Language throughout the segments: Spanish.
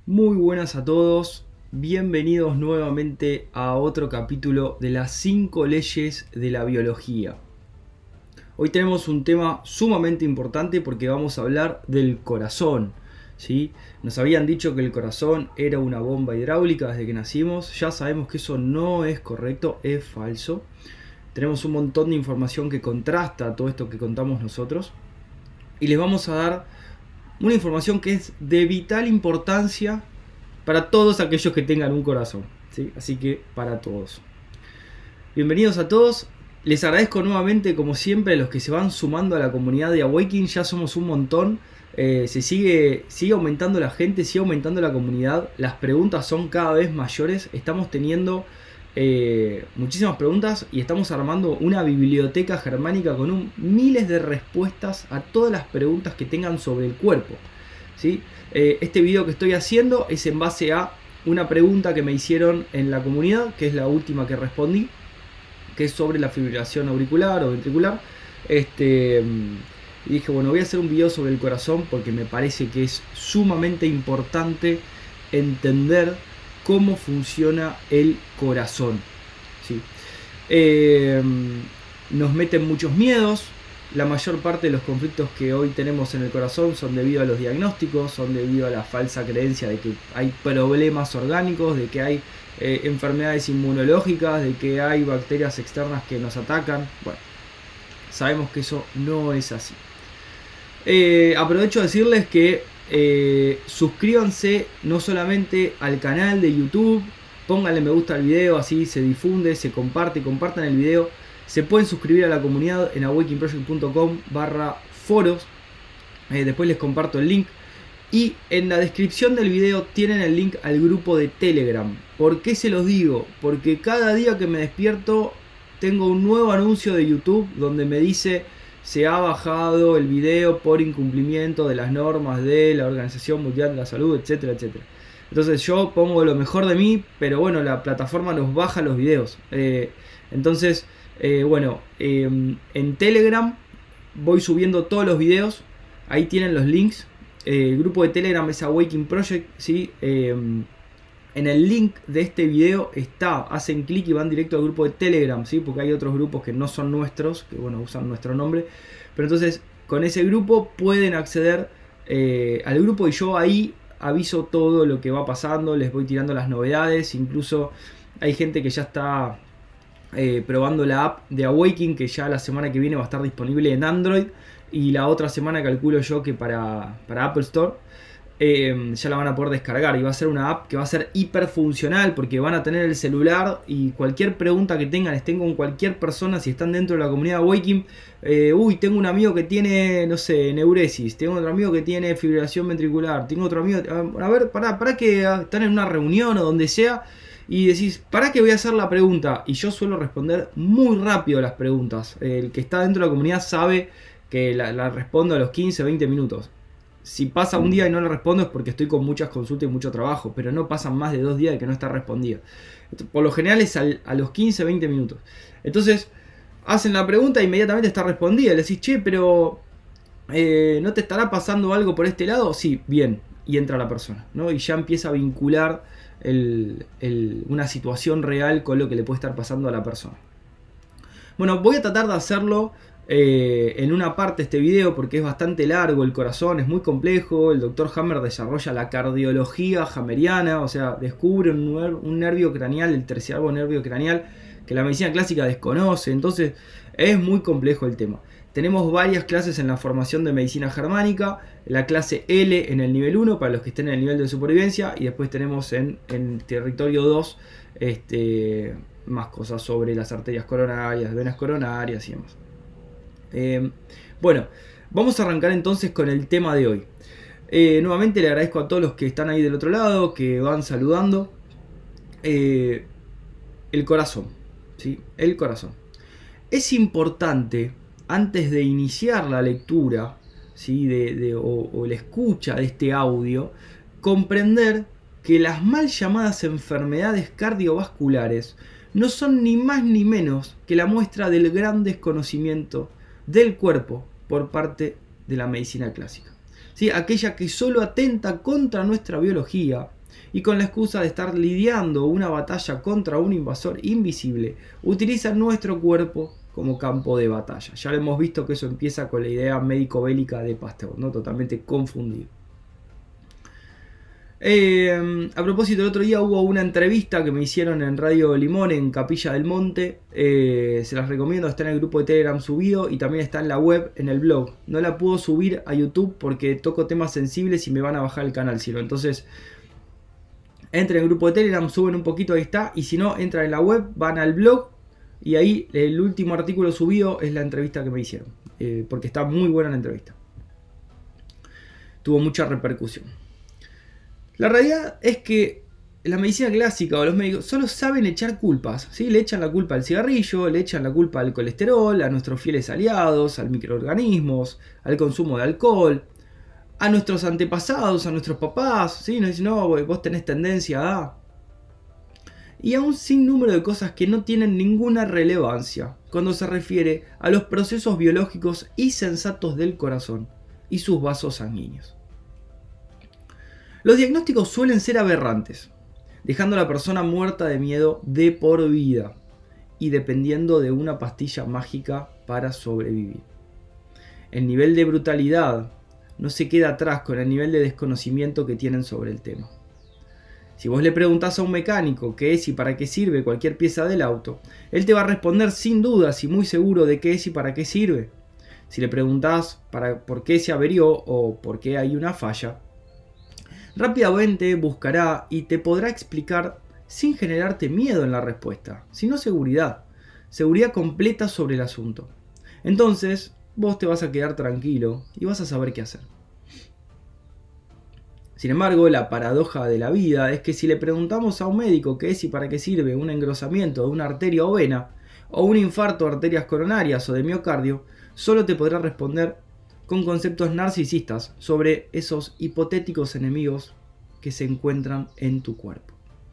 Muy buenas a todos, bienvenidos nuevamente a otro capítulo de las 5 leyes de la biología. Hoy tenemos un tema sumamente importante porque vamos a hablar del corazón. ¿Sí? Nos habían dicho que el corazón era una bomba hidráulica desde que nacimos, ya sabemos que eso no es correcto, es falso. Tenemos un montón de información que contrasta todo esto que contamos nosotros y les vamos a dar una información que es de vital importancia para todos aquellos que tengan un corazón, ¿sí? Así que para todos. Bienvenidos a todos. Les agradezco nuevamente, como siempre, a los que se van sumando a la comunidad de Awakening. Ya somos un montón. Sigue aumentando la gente, sigue aumentando la comunidad. Las preguntas son cada vez mayores. Estamos teniendo muchísimas preguntas y estamos armando una biblioteca germánica con miles de respuestas a todas las preguntas que tengan sobre el cuerpo, ¿sí? Este video que estoy haciendo es en base a una pregunta que me hicieron en la comunidad, que es la última que respondí, que es sobre la fibrilación auricular o ventricular. Y dije, bueno, voy a hacer un video sobre el corazón porque me parece que es sumamente importante entender cómo funciona el corazón, ¿sí? Nos meten muchos miedos. La mayor parte de los conflictos que hoy tenemos en el corazón son debido a los diagnósticos, son debido a la falsa creencia de que hay problemas orgánicos, de que hay enfermedades inmunológicas, de que hay bacterias externas que nos atacan. Bueno, sabemos que eso no es así. Aprovecho a decirles que suscríbanse no solamente al canal de YouTube, pónganle me gusta al video, así se difunde, se comparte, compartan el video. Se pueden suscribir a la comunidad en awakeningproject.com/foros. Después les comparto el link. Y en la descripción del video tienen el link al grupo de Telegram. ¿Por qué se los digo? Porque cada día que me despierto tengo un nuevo anuncio de YouTube donde me dice: se ha bajado el video por incumplimiento de las normas de la Organización Mundial de la Salud, etcétera, etcétera. Entonces yo pongo lo mejor de mí, pero bueno, la plataforma nos baja los videos. Entonces, en Telegram voy subiendo todos los videos. Ahí tienen los links. El grupo de Telegram es Awakening Project, ¿sí? En el link de este video hacen clic y van directo al grupo de Telegram, ¿sí? Porque hay otros grupos que no son nuestros, que bueno, usan nuestro nombre. Pero entonces con ese grupo pueden acceder al grupo y yo ahí aviso todo lo que va pasando, les voy tirando las novedades. Incluso hay gente que ya está probando la app de Awakening, que ya la semana que viene va a estar disponible en Android. Y la otra semana calculo yo que para Apple Store ya la van a poder descargar. Y va a ser una app que va a ser hiper funcional, porque van a tener el celular y cualquier pregunta que tengan, estén con cualquier persona, si están dentro de la comunidad de Awakening. Tengo un amigo que tiene, no sé, neuresis, tengo otro amigo que tiene fibrilación ventricular, tengo otro amigo, a ver, para que están en una reunión o donde sea, y decís, ¿para qué voy a hacer la pregunta? Y yo suelo responder muy rápido las preguntas. El que está dentro de la comunidad sabe que la respondo a los 15-20 minutos. Si pasa un día y no le respondo es porque estoy con muchas consultas y mucho trabajo, pero no pasan más de 2 días de que no está respondida. Por lo general es a los 15-20 minutos. Entonces, hacen la pregunta e inmediatamente está respondida. Le decís, che, pero ¿no te estará pasando algo por este lado? Sí, bien. Y entra la persona, ¿no? Y ya empieza a vincular una situación real con lo que le puede estar pasando a la persona. Bueno, voy a tratar de hacerlo en una parte este video porque es bastante largo. El corazón es muy complejo. El doctor Hammer desarrolla la cardiología hammeriana, o sea, descubre un nervio craneal, el terciavo nervio craneal, que la medicina clásica desconoce. Entonces es muy complejo el tema. Tenemos varias clases en la formación de medicina germánica. La clase L en el nivel 1 para los que estén en el nivel de supervivencia. Y después tenemos en territorio 2 más cosas sobre las arterias coronarias, venas coronarias y demás. Bueno, vamos a arrancar entonces con el tema de hoy. Nuevamente le agradezco a todos los que están ahí del otro lado, que van saludando. El corazón, ¿sí? El corazón. Es importante, antes de iniciar la lectura, ¿sí? o la escucha de este audio, comprender que las mal llamadas enfermedades cardiovasculares no son ni más ni menos que la muestra del gran desconocimiento del cuerpo por parte de la medicina clásica. ¿sí? Aquella que solo atenta contra nuestra biología y con la excusa de estar lidiando una batalla contra un invasor invisible, utiliza nuestro cuerpo como campo de batalla. Ya lo hemos visto que eso empieza con la idea médico-bélica de Pasteur, ¿no? Totalmente confundido. A propósito, el otro día hubo una entrevista que me hicieron en Radio Limón en Capilla del Monte. Se las recomiendo, está en el grupo de Telegram subido y también está en la web, en el blog. No la puedo subir a YouTube porque toco temas sensibles y me van a bajar el canal, si no. Entonces, entren en el grupo de Telegram, suben un poquito, ahí está. Y si no, entran en la web, van al blog y ahí el último artículo subido es la entrevista que me hicieron. Porque está muy buena la entrevista. Tuvo mucha repercusión. La realidad es que la medicina clásica o los médicos solo saben echar culpas, ¿sí? Le echan la culpa al cigarrillo, le echan la culpa al colesterol, a nuestros fieles aliados, al microorganismos, al consumo de alcohol, a nuestros antepasados, a nuestros papás, ¿sí? Nos dicen, no, vos tenés tendencia a... Y a un sinnúmero de cosas que no tienen ninguna relevancia cuando se refiere a los procesos biológicos y sensatos del corazón y sus vasos sanguíneos. Los diagnósticos suelen ser aberrantes, dejando a la persona muerta de miedo de por vida y dependiendo de una pastilla mágica para sobrevivir. El nivel de brutalidad no se queda atrás con el nivel de desconocimiento que tienen sobre el tema. Si vos le preguntás a un mecánico qué es y para qué sirve cualquier pieza del auto, él te va a responder sin dudas y muy seguro de qué es y para qué sirve. Si le preguntás por qué se averió o por qué hay una falla, rápidamente buscará y te podrá explicar sin generarte miedo en la respuesta, sino seguridad completa sobre el asunto. Entonces, vos te vas a quedar tranquilo y vas a saber qué hacer. Sin embargo, la paradoja de la vida es que si le preguntamos a un médico qué es y para qué sirve un engrosamiento de una arteria o vena, o un infarto de arterias coronarias o de miocardio, solo te podrá responder con conceptos narcisistas sobre esos hipotéticos enemigos que se encuentran en tu cuerpo.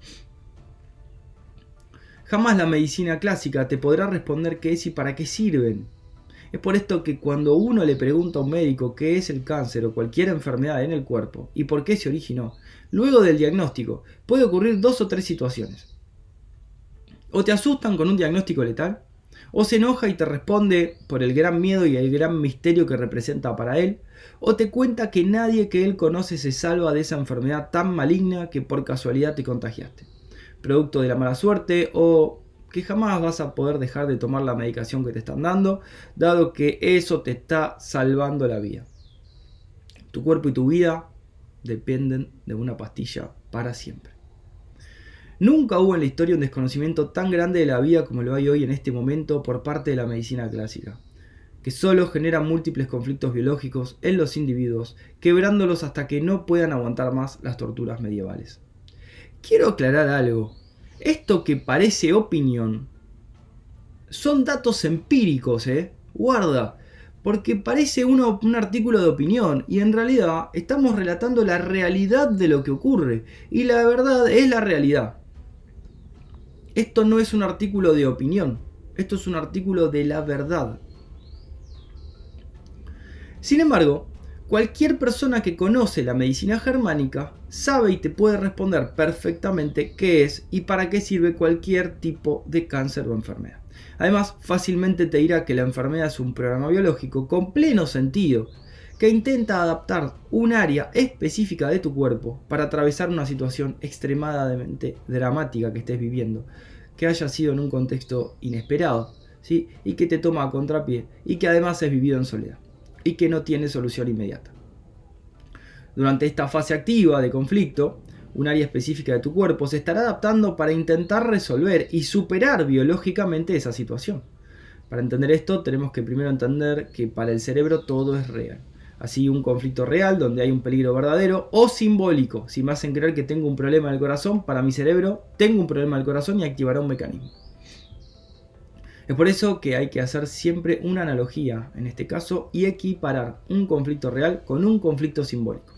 Jamás la medicina clásica te podrá responder qué es y para qué sirven. Es por esto que cuando uno le pregunta a un médico qué es el cáncer o cualquier enfermedad en el cuerpo y por qué se originó, luego del diagnóstico puede ocurrir 2 o 3 situaciones. O te asustan con un diagnóstico letal, o se enoja y te responde por el gran miedo y el gran misterio que representa para él, o te cuenta que nadie que él conoce se salva de esa enfermedad tan maligna que por casualidad te contagiaste, producto de la mala suerte, o que jamás vas a poder dejar de tomar la medicación que te están dando, dado que eso te está salvando la vida. Tu cuerpo y tu vida dependen de una pastilla para siempre. Nunca hubo en la historia un desconocimiento tan grande de la vida como lo hay hoy en este momento por parte de la medicina clásica, que solo genera múltiples conflictos biológicos en los individuos, quebrándolos hasta que no puedan aguantar más las torturas medievales. Quiero aclarar algo. Esto que parece opinión son datos empíricos, Guarda, porque parece un artículo de opinión y en realidad estamos relatando la realidad de lo que ocurre y la verdad es la realidad. Esto no es un artículo de opinión, esto es un artículo de la verdad. Sin embargo, cualquier persona que conoce la medicina germánica sabe y te puede responder perfectamente qué es y para qué sirve cualquier tipo de cáncer o enfermedad. Además, fácilmente te dirá que la enfermedad es un programa biológico con pleno sentido, que intenta adaptar un área específica de tu cuerpo para atravesar una situación extremadamente dramática que estés viviendo, que haya sido en un contexto inesperado, ¿sí? Y que te toma a contrapié y que además es vivido en soledad y que no tiene solución inmediata. Durante esta fase activa de conflicto, un área específica de tu cuerpo se estará adaptando para intentar resolver y superar biológicamente esa situación. Para entender esto tenemos que primero entender que para el cerebro todo es real. Así un conflicto real donde hay un peligro verdadero o simbólico. Si me hacen creer que tengo un problema del corazón, para mi cerebro tengo un problema del corazón y activará un mecanismo. Es por eso que hay que hacer siempre una analogía en este caso y equiparar un conflicto real con un conflicto simbólico.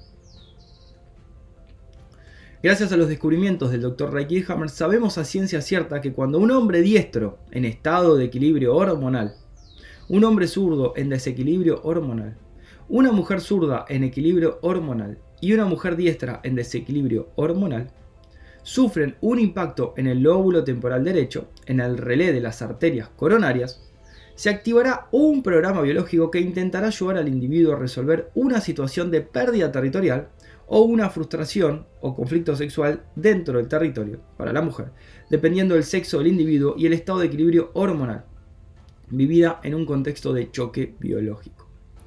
Gracias a los descubrimientos del Dr. Ray Kirchhammer sabemos a ciencia cierta que cuando un hombre diestro en estado de equilibrio hormonal, un hombre zurdo en desequilibrio hormonal, Una mujer zurda en equilibrio hormonal y una mujer diestra en desequilibrio hormonal sufren un impacto en el lóbulo temporal derecho, en el relé de las arterias coronarias, se activará un programa biológico que intentará ayudar al individuo a resolver una situación de pérdida territorial o una frustración o conflicto sexual dentro del territorio para la mujer, dependiendo del sexo del individuo y el estado de equilibrio hormonal, vivida en un contexto de choque biológico,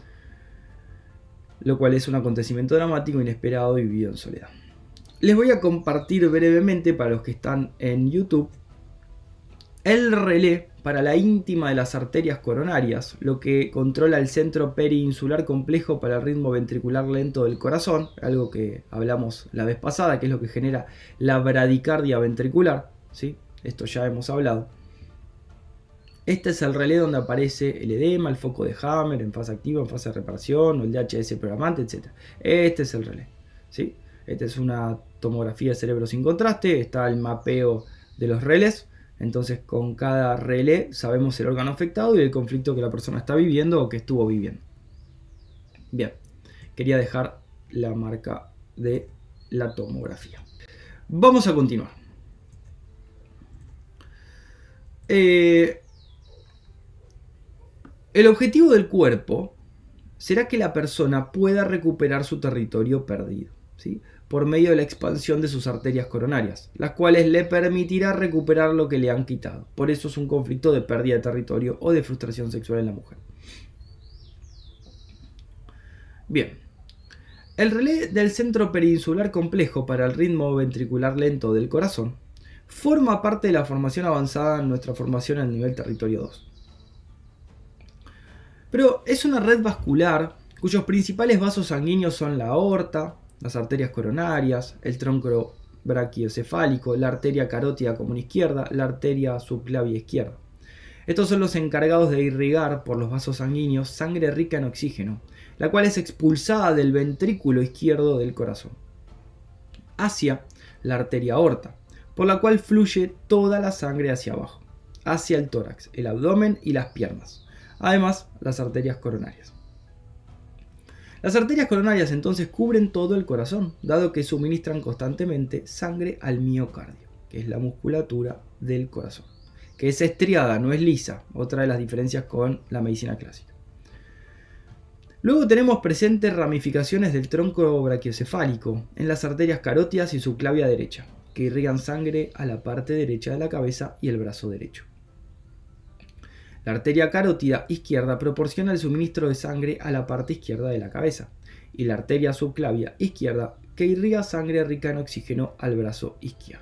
lo cual es un acontecimiento dramático, inesperado y vivido en soledad. Les voy a compartir brevemente, para los que están en YouTube, el relé para la íntima de las arterias coronarias, lo que controla el centro periinsular complejo para el ritmo ventricular lento del corazón, algo que hablamos la vez pasada, que es lo que genera la bradicardia ventricular, ¿sí? Esto ya hemos hablado. Este es el relé donde aparece el edema, el foco de Hammer en fase activa, en fase de reparación, o el DHS programante, etc. Este es el relé, ¿sí? Esta es una tomografía de cerebro sin contraste, está el mapeo de los relés. Entonces con cada relé sabemos el órgano afectado y el conflicto que la persona está viviendo o que estuvo viviendo. Bien, quería dejar la marca de la tomografía. Vamos a continuar. El objetivo del cuerpo será que la persona pueda recuperar su territorio perdido, ¿sí? Por medio de la expansión de sus arterias coronarias, las cuales le permitirá recuperar lo que le han quitado. Por eso es un conflicto de pérdida de territorio o de frustración sexual en la mujer. Bien, el relé del centro periinsular complejo para el ritmo ventricular lento del corazón forma parte de la formación avanzada en nuestra formación al nivel territorio 2. Pero es una red vascular cuyos principales vasos sanguíneos son la aorta, las arterias coronarias, el tronco brachiocefálico, la arteria carótida común izquierda, la arteria subclavia izquierda. Estos son los encargados de irrigar por los vasos sanguíneos sangre rica en oxígeno, la cual es expulsada del ventrículo izquierdo del corazón hacia la arteria aorta, por la cual fluye toda la sangre hacia abajo, hacia el tórax, el abdomen y las piernas. Además, las arterias coronarias. Las arterias coronarias entonces cubren todo el corazón, dado que suministran constantemente sangre al miocardio, que es la musculatura del corazón, que es estriada, no es lisa, otra de las diferencias con la medicina clásica. Luego tenemos presentes ramificaciones del tronco brachiocefálico en las arterias carótidas y subclavia derecha, que irrigan sangre a la parte derecha de la cabeza y el brazo derecho. La arteria carótida izquierda proporciona el suministro de sangre a la parte izquierda de la cabeza y la arteria subclavia izquierda que irriga sangre rica en oxígeno al brazo izquierdo.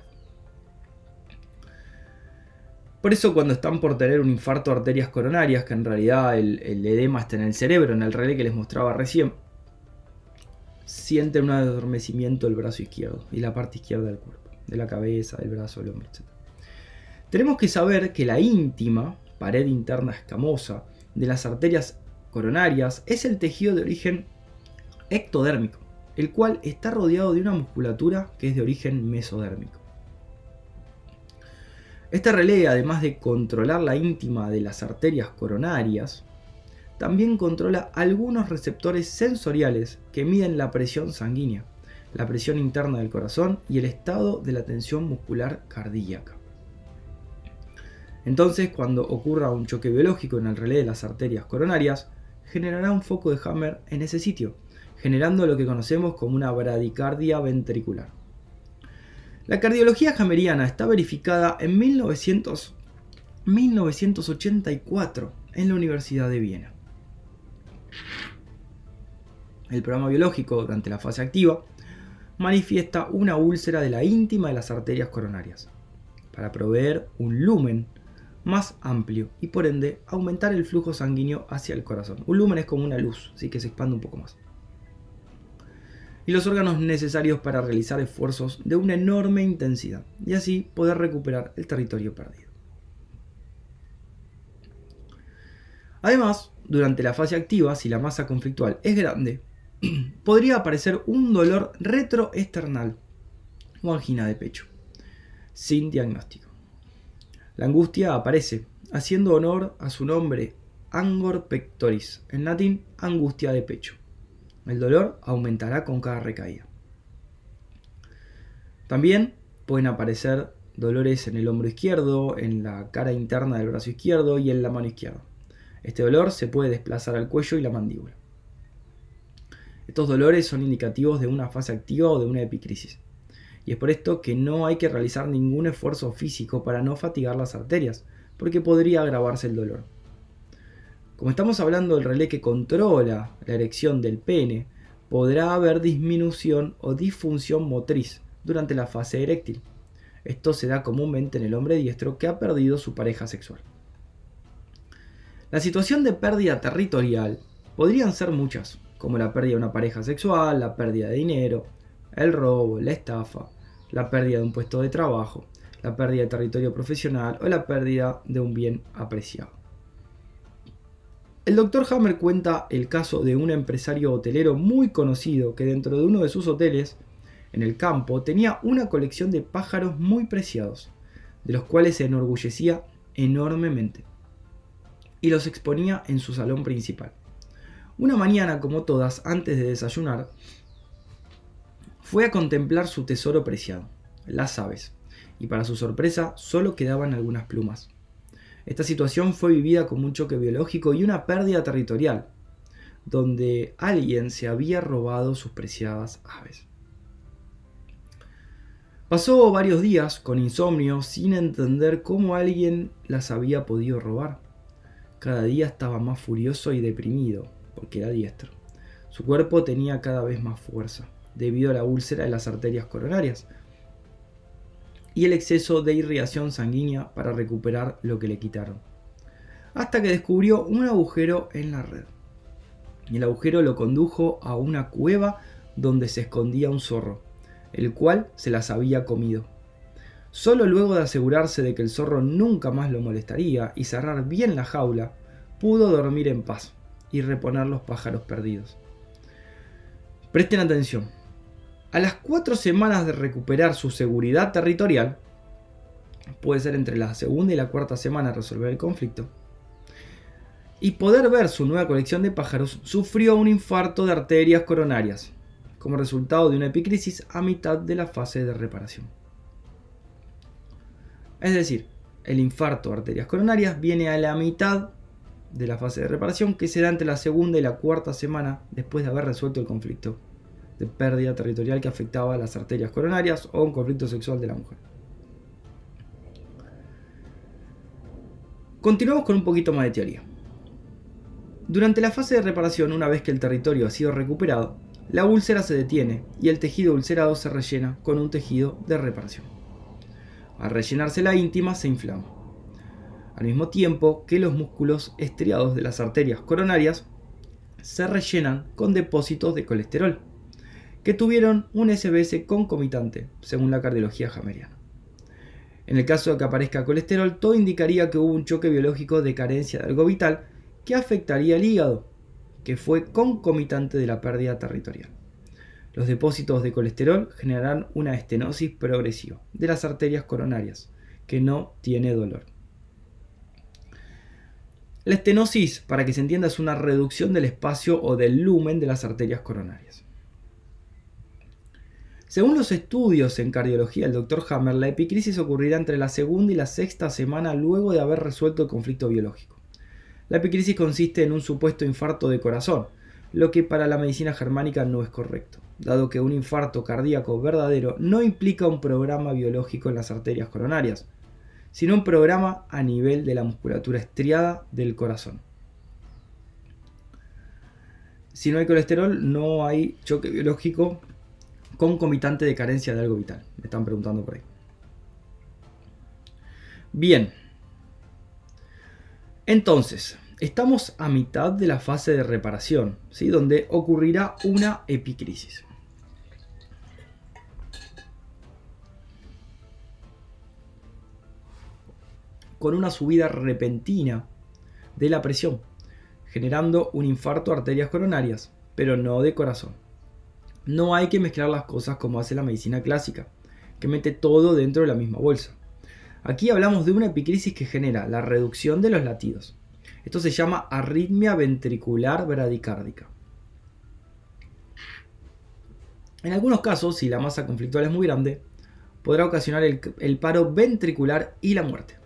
Por eso cuando están por tener un infarto de arterias coronarias, que en realidad el edema está en el cerebro, en el relé que les mostraba recién, sienten un adormecimiento del brazo izquierdo y la parte izquierda del cuerpo, de la cabeza, del brazo, del hombro, etc. Tenemos que saber que la íntima, pared interna escamosa de las arterias coronarias, es el tejido de origen ectodérmico, el cual está rodeado de una musculatura que es de origen mesodérmico. Este relé, además de controlar la íntima de las arterias coronarias, también controla algunos receptores sensoriales que miden la presión sanguínea, la presión interna del corazón y el estado de la tensión muscular cardíaca. Entonces, cuando ocurra un choque biológico en el relé de las arterias coronarias, generará un foco de Hammer en ese sitio, generando lo que conocemos como una bradicardia ventricular. La cardiología hammeriana está verificada en 1984 en la Universidad de Viena. El programa biológico durante la fase activa manifiesta una úlcera de la íntima de las arterias coronarias para proveer un lumen más amplio y por ende aumentar el flujo sanguíneo hacia el corazón. Un lumen es como una luz, así que se expande un poco más. Y los órganos necesarios para realizar esfuerzos de una enorme intensidad y así poder recuperar el territorio perdido. Además, durante la fase activa, si la masa conflictual es grande, podría aparecer un dolor retroesternal o angina de pecho, sin diagnóstico. La angustia aparece, haciendo honor a su nombre Angor pectoris, en latín angustia de pecho, El dolor aumentará con cada recaída. También pueden aparecer dolores en el hombro izquierdo, en la cara interna del brazo izquierdo y en la mano izquierda. Este dolor se puede desplazar al cuello y la mandíbula. Estos dolores son indicativos de una fase activa o de una epicrisis. Y es por esto que no hay que realizar ningún esfuerzo físico para no fatigar las arterias, porque podría agravarse el dolor. Como estamos hablando del relé que controla la erección del pene, podrá haber disminución o disfunción motriz durante la fase eréctil. Esto se da comúnmente en el hombre diestro que ha perdido su pareja sexual. La situación de pérdida territorial podrían ser muchas, como la pérdida de una pareja sexual, la pérdida de dinero, el robo, la estafa, la pérdida de un puesto de trabajo, la pérdida de territorio profesional o la pérdida de un bien apreciado. El Dr. Hammer cuenta el caso de un empresario hotelero muy conocido que dentro de uno de sus hoteles, en el campo, tenía una colección de pájaros muy preciados, de los cuales se enorgullecía enormemente, y los exponía en su salón principal. Una mañana, como todas, antes de desayunar, fue a contemplar su tesoro preciado, las aves, y para su sorpresa solo quedaban algunas plumas. Esta situación fue vivida como un choque biológico y una pérdida territorial, donde alguien se había robado sus preciadas aves. Pasó varios días con insomnio sin entender cómo alguien las había podido robar. Cada día estaba más furioso y deprimido, porque era diestro. Su cuerpo tenía cada vez más fuerza, debido a la úlcera de las arterias coronarias y el exceso de irrigación sanguínea para recuperar lo que le quitaron. Hasta que descubrió un agujero en la red. Y el agujero lo condujo a una cueva donde se escondía un zorro, el cual se las había comido. Solo luego de asegurarse de que el zorro nunca más lo molestaría y cerrar bien la jaula, pudo dormir en paz y reponer los pájaros perdidos. Presten atención. A las 4 semanas de recuperar su seguridad territorial, puede ser entre la segunda y la cuarta semana resolver el conflicto, y poder ver su nueva colección de pájaros, sufrió un infarto de arterias coronarias, como resultado de una epicrisis a mitad de la fase de reparación. Es decir, el infarto de arterias coronarias viene a la mitad de la fase de reparación, que se da entre la segunda y la cuarta semana después de haber resuelto el conflicto de pérdida territorial que afectaba a las arterias coronarias o un conflicto sexual de la mujer. Continuamos con un poquito más de teoría. Durante la fase de reparación, una vez que el territorio ha sido recuperado, la úlcera se detiene y el tejido ulcerado se rellena con un tejido de reparación. Al rellenarse la íntima se inflama, al mismo tiempo que los músculos estriados de las arterias coronarias se rellenan con depósitos de colesterol, que tuvieron un SBS concomitante, según la cardiología hammeriana. En el caso de que aparezca colesterol, todo indicaría que hubo un choque biológico de carencia de algo vital que afectaría el hígado, que fue concomitante de la pérdida territorial. Los depósitos de colesterol generarán una estenosis progresiva de las arterias coronarias, que no tiene dolor. La estenosis, para que se entienda, es una reducción del espacio o del lumen de las arterias coronarias. Según los estudios en cardiología del Dr. Hammer, la epicrisis ocurrirá entre la segunda y la sexta semana luego de haber resuelto el conflicto biológico. La epicrisis consiste en un supuesto infarto de corazón, lo que para la medicina germánica no es correcto, dado que un infarto cardíaco verdadero no implica un programa biológico en las arterias coronarias, sino un programa a nivel de la musculatura estriada del corazón. Si no hay colesterol, no hay choque biológico concomitante de carencia de algo vital. Me están preguntando por ahí. Bien. Entonces, estamos a mitad de la fase de reparación, ¿sí? Donde ocurrirá una epicrisis. Con una subida repentina de la presión, generando un infarto de arterias coronarias, pero no de corazón. No hay que mezclar las cosas como hace la medicina clásica, que mete todo dentro de la misma bolsa. Aquí hablamos de una epicrisis que genera la reducción de los latidos. Esto se llama arritmia ventricular bradicárdica. En algunos casos, si la masa conflictual es muy grande, podrá ocasionar el paro ventricular y la muerte.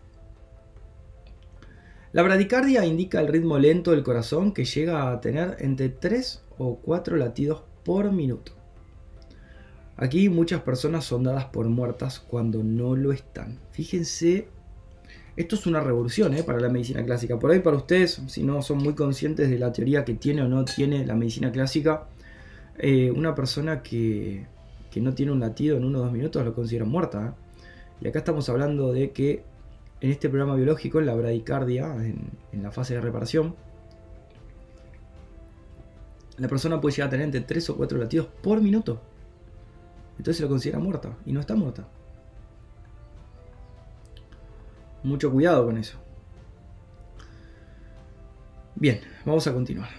La bradicardia indica el ritmo lento del corazón que llega a tener entre 3 o 4 latidos por minuto. Aquí muchas personas son dadas por muertas cuando no lo están. Fíjense, esto es una revolución para la medicina clásica. Por ahí para ustedes, si no son muy conscientes de la teoría que tiene o no tiene la medicina clásica, una persona que no tiene un latido en 1 o 2 minutos lo consideran muerta. Y acá estamos hablando de que en este programa biológico, en la bradicardia, en la fase de reparación, la persona puede llegar a tener entre 3 o 4 latidos por minuto. Entonces se lo considera muerta y no está muerta. Mucho cuidado con eso. Bien, vamos a continuar.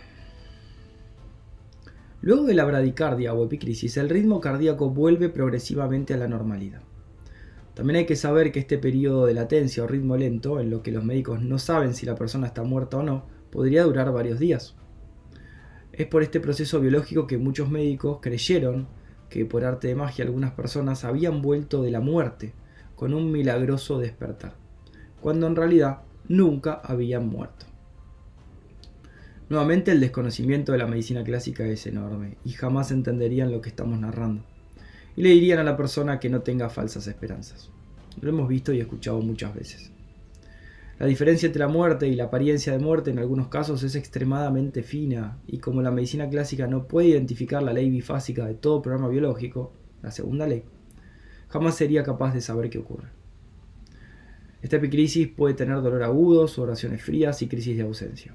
Luego de la bradicardia o epicrisis, el ritmo cardíaco vuelve progresivamente a la normalidad. También hay que saber que este periodo de latencia o ritmo lento, en lo que los médicos no saben si la persona está muerta o no, podría durar varios días. Es por este proceso biológico que muchos médicos creyeron que por arte de magia algunas personas habían vuelto de la muerte con un milagroso despertar, cuando en realidad nunca habían muerto. Nuevamente el desconocimiento de la medicina clásica es enorme y jamás entenderían lo que estamos narrando. Y le dirían a la persona que no tenga falsas esperanzas. Lo hemos visto y escuchado muchas veces. La diferencia entre la muerte y la apariencia de muerte en algunos casos es extremadamente fina, y como la medicina clásica no puede identificar la ley bifásica de todo programa biológico, la segunda ley, jamás sería capaz de saber qué ocurre. Esta epicrisis puede tener dolor agudo, sudoraciones frías y crisis de ausencia.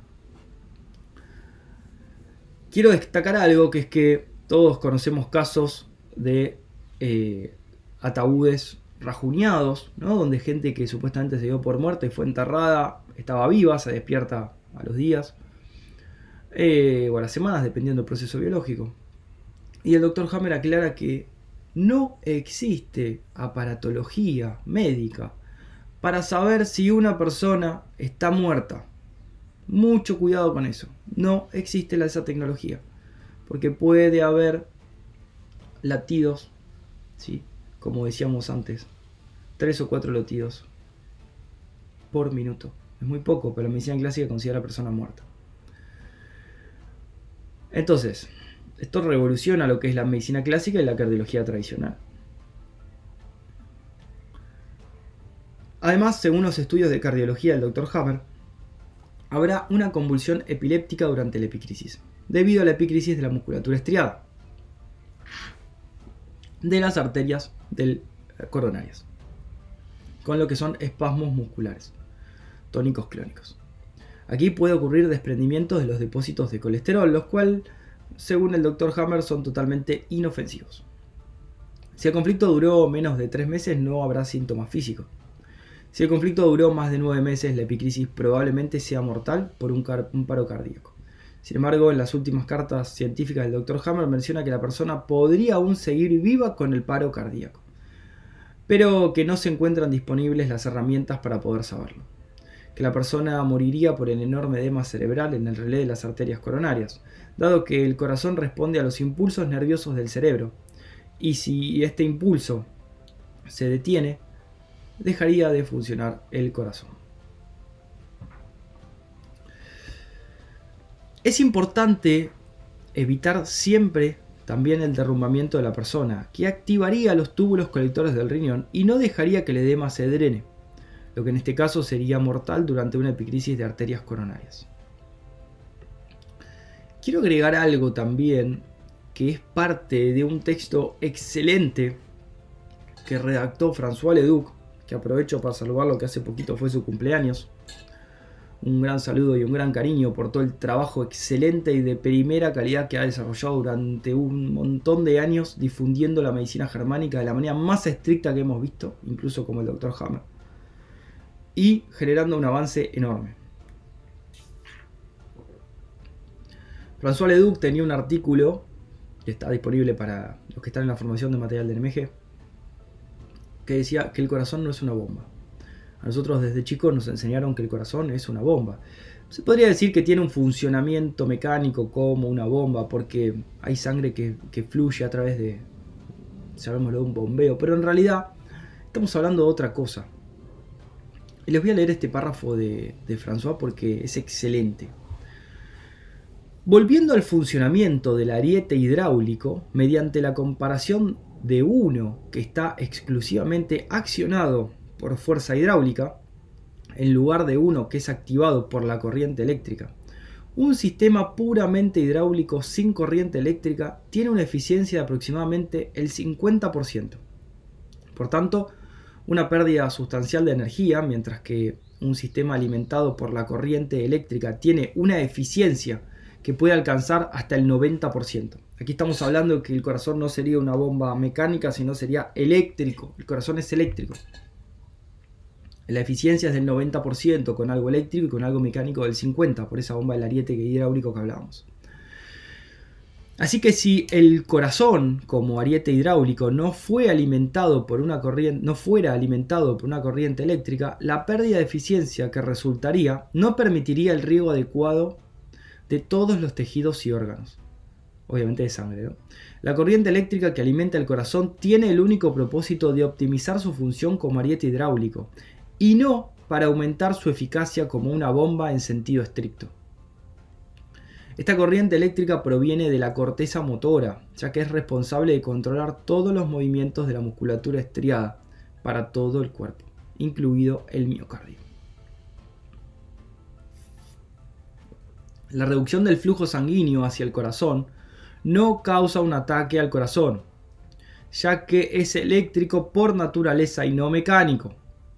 Quiero destacar algo, que es que todos conocemos casos de ataúdes rajuñados, ¿no? Donde gente que supuestamente se dio por muerta y fue enterrada, estaba viva, se despierta a los días o a las semanas, dependiendo del proceso biológico. Y el Dr. Hammer aclara que no existe aparatología médica para saber si una persona está muerta. Mucho cuidado con eso. No existe esa tecnología, porque puede haber latidos, ¿sí? Como decíamos antes, 3 o 4 latidos por minuto. Es muy poco, pero la medicina clásica considera a la persona muerta. Entonces, esto revoluciona lo que es la medicina clásica y la cardiología tradicional. Además, según los estudios de cardiología del Dr. Hammer, habrá una convulsión epiléptica durante la epicrisis, debido a la epicrisis de la musculatura estriada de las arterias coronarias, con lo que son espasmos musculares, tónicos clónicos. Aquí puede ocurrir desprendimiento de los depósitos de colesterol, los cuales, según el Dr. Hammer, son totalmente inofensivos. Si el conflicto duró menos de 3 meses, no habrá síntomas físicos. Si el conflicto duró más de 9 meses, la epicrisis probablemente sea mortal por un paro cardíaco. Sin embargo, en las últimas cartas científicas del Dr. Hammer menciona que la persona podría aún seguir viva con el paro cardíaco, pero que no se encuentran disponibles las herramientas para poder saberlo. Que la persona moriría por el enorme edema cerebral en el relé de las arterias coronarias, dado que el corazón responde a los impulsos nerviosos del cerebro, y si este impulso se detiene, dejaría de funcionar el corazón. Es importante evitar siempre también el derrumbamiento de la persona, que activaría los túbulos colectores del riñón y no dejaría que el edema se drene, lo que en este caso sería mortal durante una epicrisis de arterias coronarias. Quiero agregar algo también que es parte de un texto excelente que redactó François Leduc, que aprovecho para saludarlo, que hace poquito fue su cumpleaños. Un gran saludo y un gran cariño por todo el trabajo excelente y de primera calidad que ha desarrollado durante un montón de años difundiendo la medicina germánica de la manera más estricta que hemos visto, incluso como el Dr. Hammer, y generando un avance enorme. François Leduc tenía un artículo que está disponible para los que están en la formación de material de NMG, que decía que el corazón no es una bomba. A nosotros desde chicos nos enseñaron que el corazón es una bomba. Se podría decir que tiene un funcionamiento mecánico como una bomba, porque hay sangre que fluye a través de, llamémoslo, un bombeo, pero en realidad estamos hablando de otra cosa. Y les voy a leer este párrafo de François porque es excelente. Volviendo al funcionamiento del ariete hidráulico, mediante la comparación de uno que está exclusivamente accionado por fuerza hidráulica, en lugar de uno que es activado por la corriente eléctrica, un sistema puramente hidráulico sin corriente eléctrica tiene una eficiencia de aproximadamente el 50%. Por tanto, una pérdida sustancial de energía, mientras que un sistema alimentado por la corriente eléctrica tiene una eficiencia que puede alcanzar hasta el 90%. Aquí estamos hablando de que el corazón no sería una bomba mecánica, sino sería eléctrico. El corazón es eléctrico. La eficiencia es del 90% con algo eléctrico y con algo mecánico del 50%, por esa bomba del ariete hidráulico que hablábamos. Así que si el corazón, como ariete hidráulico, no fuera alimentado por una corriente eléctrica, la pérdida de eficiencia que resultaría no permitiría el riego adecuado de todos los tejidos y órganos. Obviamente de sangre, ¿no? La corriente eléctrica que alimenta el corazón tiene el único propósito de optimizar su función como ariete hidráulico y no para aumentar su eficacia como una bomba en sentido estricto. Esta corriente eléctrica proviene de la corteza motora, ya que es responsable de controlar todos los movimientos de la musculatura estriada para todo el cuerpo, incluido el miocardio. La reducción del flujo sanguíneo hacia el corazón no causa un ataque al corazón, ya que es eléctrico por naturaleza y no mecánico.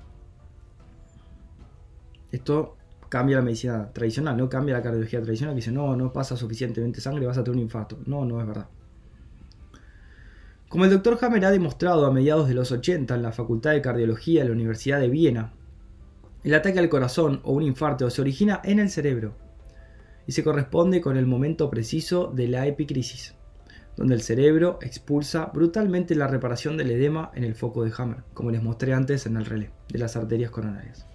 Esto cambia la medicina tradicional, no cambia la cardiología tradicional, que dice no pasa suficientemente sangre, vas a tener un infarto. No es verdad. Como el Dr. Hammer ha demostrado a mediados de los 80 en la Facultad de Cardiología de la Universidad de Viena, el ataque al corazón o un infarto se origina en el cerebro y se corresponde con el momento preciso de la epicrisis, donde el cerebro expulsa brutalmente la reparación del edema en el foco de Hammer, como les mostré antes en el relé de las arterias coronarias.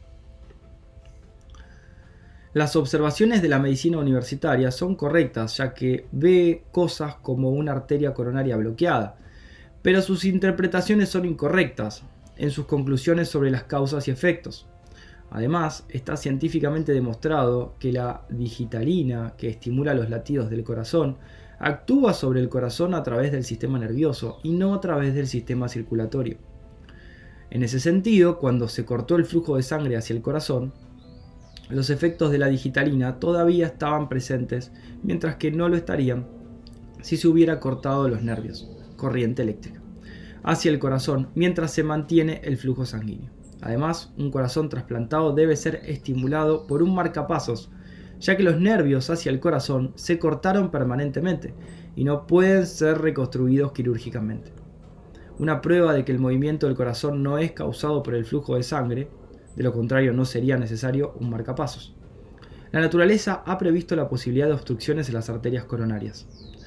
Las observaciones de la medicina universitaria son correctas, ya que ve cosas como una arteria coronaria bloqueada, pero sus interpretaciones son incorrectas en sus conclusiones sobre las causas y efectos. Además, está científicamente demostrado que la digitalina, que estimula los latidos del corazón, actúa sobre el corazón a través del sistema nervioso y no a través del sistema circulatorio. En ese sentido, cuando se cortó el flujo de sangre hacia el corazón, los efectos de la digitalina todavía estaban presentes, mientras que no lo estarían si se hubiera cortado los nervios, corriente eléctrica, hacia el corazón mientras se mantiene el flujo sanguíneo. Además, un corazón trasplantado debe ser estimulado por un marcapasos, ya que los nervios hacia el corazón se cortaron permanentemente y no pueden ser reconstruidos quirúrgicamente. Una prueba de que el movimiento del corazón no es causado por el flujo de sangre, de lo contrario no sería necesario un marcapasos. La naturaleza ha previsto la posibilidad de obstrucciones en las arterias coronarias,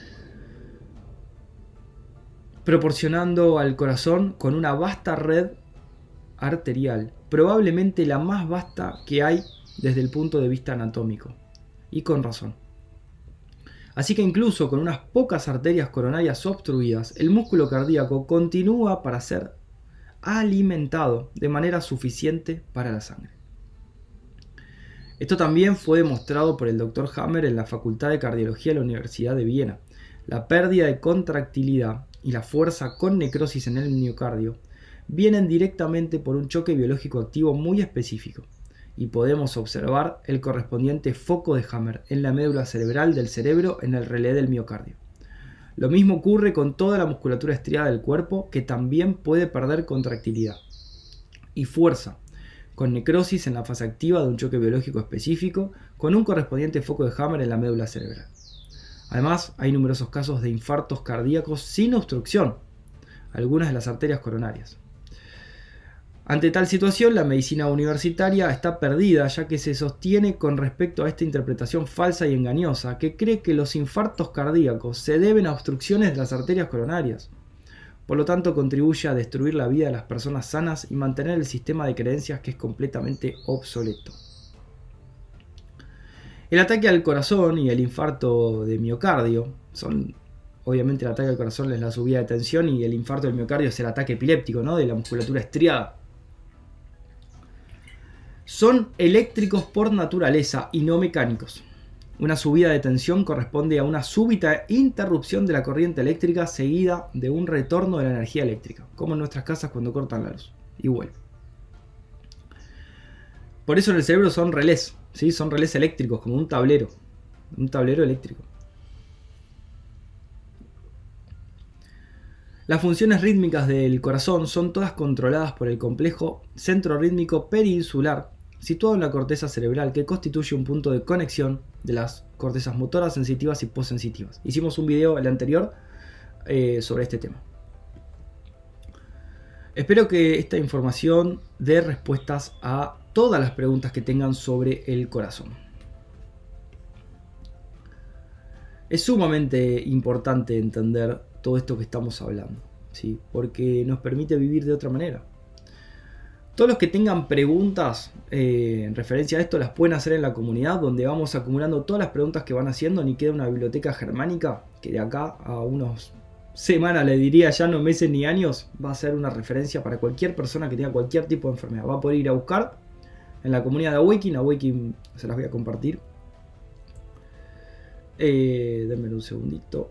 proporcionando al corazón con una vasta red arterial, probablemente la más vasta que hay desde el punto de vista anatómico, y con razón. Así que incluso con unas pocas arterias coronarias obstruidas, el músculo cardíaco continúa para ser alimentado de manera suficiente para la sangre. Esto también fue demostrado por el Dr. Hammer en la Facultad de Cardiología de la Universidad de Viena. La pérdida de contractilidad y la fuerza con necrosis en el miocardio vienen directamente por un choque biológico activo muy específico, y podemos observar el correspondiente foco de Hammer en la médula cerebral del cerebro en el relé del miocardio. Lo mismo ocurre con toda la musculatura estriada del cuerpo, que también puede perder contractilidad y fuerza, con necrosis en la fase activa de un choque biológico específico, con un correspondiente foco de Hammer en la médula cerebral. Además, hay numerosos casos de infartos cardíacos sin obstrucción, algunas de las arterias coronarias. Ante tal situación, la medicina universitaria está perdida, ya que se sostiene con respecto a esta interpretación falsa y engañosa, que cree que los infartos cardíacos se deben a obstrucciones de las arterias coronarias. Por lo tanto, contribuye a destruir la vida de las personas sanas y mantener el sistema de creencias que es completamente obsoleto. El ataque al corazón y el infarto de miocardio son, obviamente el ataque al corazón es la subida de tensión y el infarto del miocardio es el ataque epiléptico, ¿no? De la musculatura estriada. Son eléctricos por naturaleza y no mecánicos. Una subida de tensión corresponde a una súbita interrupción de la corriente eléctrica seguida de un retorno de la energía eléctrica, como en nuestras casas cuando cortan la luz. Igual. Por eso en el cerebro son relés, ¿sí? Son relés eléctricos, como un tablero eléctrico. Las funciones rítmicas del corazón son todas controladas por el complejo centro rítmico peninsular, situado en la corteza cerebral, que constituye un punto de conexión de las cortezas motoras, sensitivas y postsensitivas. Hicimos un video, el anterior, sobre este tema. Espero que esta información dé respuestas a todas las preguntas que tengan sobre el corazón. Es sumamente importante entender todo esto que estamos hablando, ¿sí? Porque nos permite vivir de otra manera. Todos los que tengan preguntas en referencia a esto las pueden hacer en la comunidad, donde vamos acumulando todas las preguntas que van haciendo. Ni queda una biblioteca germánica que de acá a unos semanas, le diría ya, no meses ni años, va a ser una referencia para cualquier persona que tenga cualquier tipo de enfermedad. Va a poder ir a buscar en la comunidad de Awakening se las voy a compartir. Denme un segundito.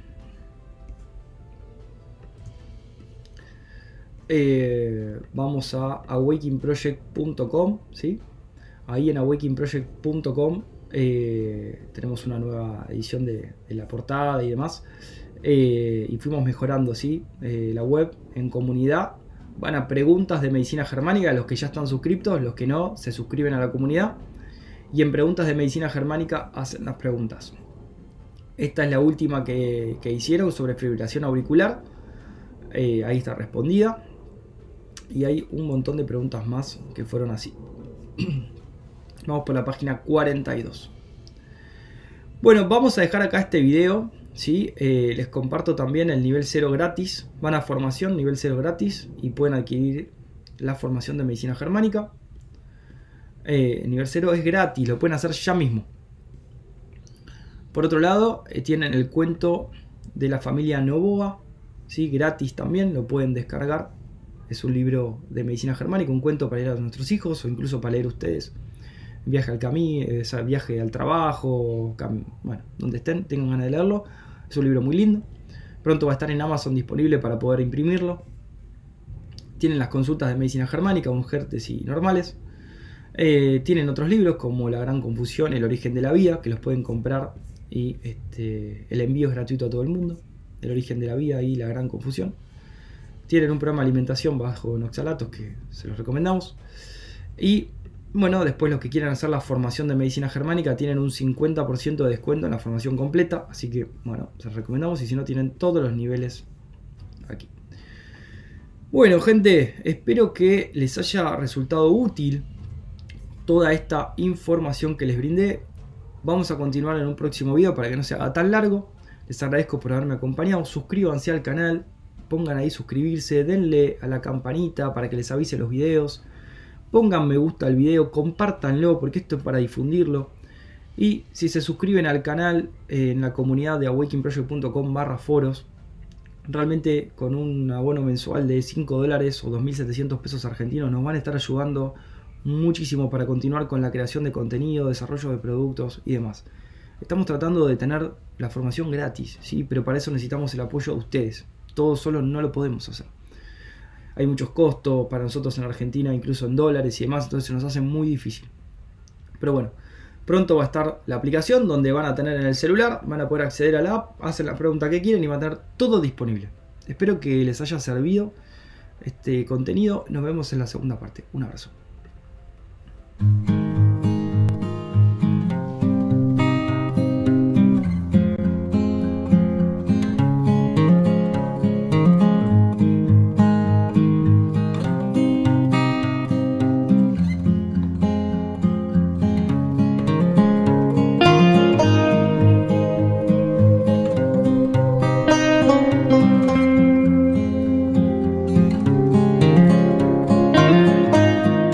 Vamos a awakeningproject.com, ¿sí? Ahí en awakeningproject.com tenemos una nueva edición de la portada y demás, y fuimos mejorando, ¿sí? La web en comunidad. Van a preguntas de medicina germánica, los que ya están suscriptos, los que no, se suscriben a la comunidad. Y en preguntas de medicina germánica hacen las preguntas. Esta es la última que hicieron sobre fibrilación auricular. Ahí está respondida. Y hay un montón de preguntas más que fueron así. Vamos por la página 42. Bueno, vamos a dejar acá este video, ¿sí? Les comparto también el nivel 0 gratis. Van a formación, nivel 0 gratis, y pueden adquirir la formación de medicina germánica. El nivel 0 es gratis, lo pueden hacer ya mismo. Por otro lado, tienen el cuento de la familia Novoa, ¿sí? Gratis también, lo pueden descargar. Es un libro de medicina germánica, un cuento para leer a nuestros hijos o incluso para leer ustedes. Viaje al camino, viaje al trabajo, bueno, donde estén, tengan ganas de leerlo. Es un libro muy lindo. Pronto va a estar en Amazon disponible para poder imprimirlo. Tienen las consultas de medicina germánica, Ungertes y normales. Tienen otros libros como La Gran Confusión, El Origen de la Vida, que los pueden comprar y el envío es gratuito a todo el mundo. El Origen de la Vida y La Gran Confusión. Tienen un programa de alimentación bajo en oxalatos que se los recomendamos. Y bueno, después los que quieran hacer la formación de medicina germánica tienen un 50% de descuento en la formación completa. Así que bueno, se los recomendamos, y si no, tienen todos los niveles aquí. Bueno, gente, espero que les haya resultado útil toda esta información que les brindé. Vamos a continuar en un próximo video para que no se haga tan largo. Les agradezco por haberme acompañado. Suscríbanse al canal. Pongan ahí suscribirse, denle a la campanita para que les avise los videos, pongan me gusta al video, compártanlo porque esto es para difundirlo. Y si se suscriben al canal en la comunidad de awakeningproject.com/foros, realmente con un abono mensual de $5 o 2.700 pesos argentinos nos van a estar ayudando muchísimo para continuar con la creación de contenido, desarrollo de productos y demás. Estamos tratando de tener la formación gratis, ¿sí? Pero para eso necesitamos el apoyo de ustedes. Todo solo no lo podemos hacer. Hay muchos costos para nosotros en Argentina, incluso en dólares y demás, entonces se nos hace muy difícil. Pero bueno, pronto va a estar la aplicación donde van a tener en el celular, van a poder acceder a la app, hacen la pregunta que quieren y van a tener todo disponible. Espero que les haya servido este contenido. Nos vemos en la segunda parte. Un abrazo.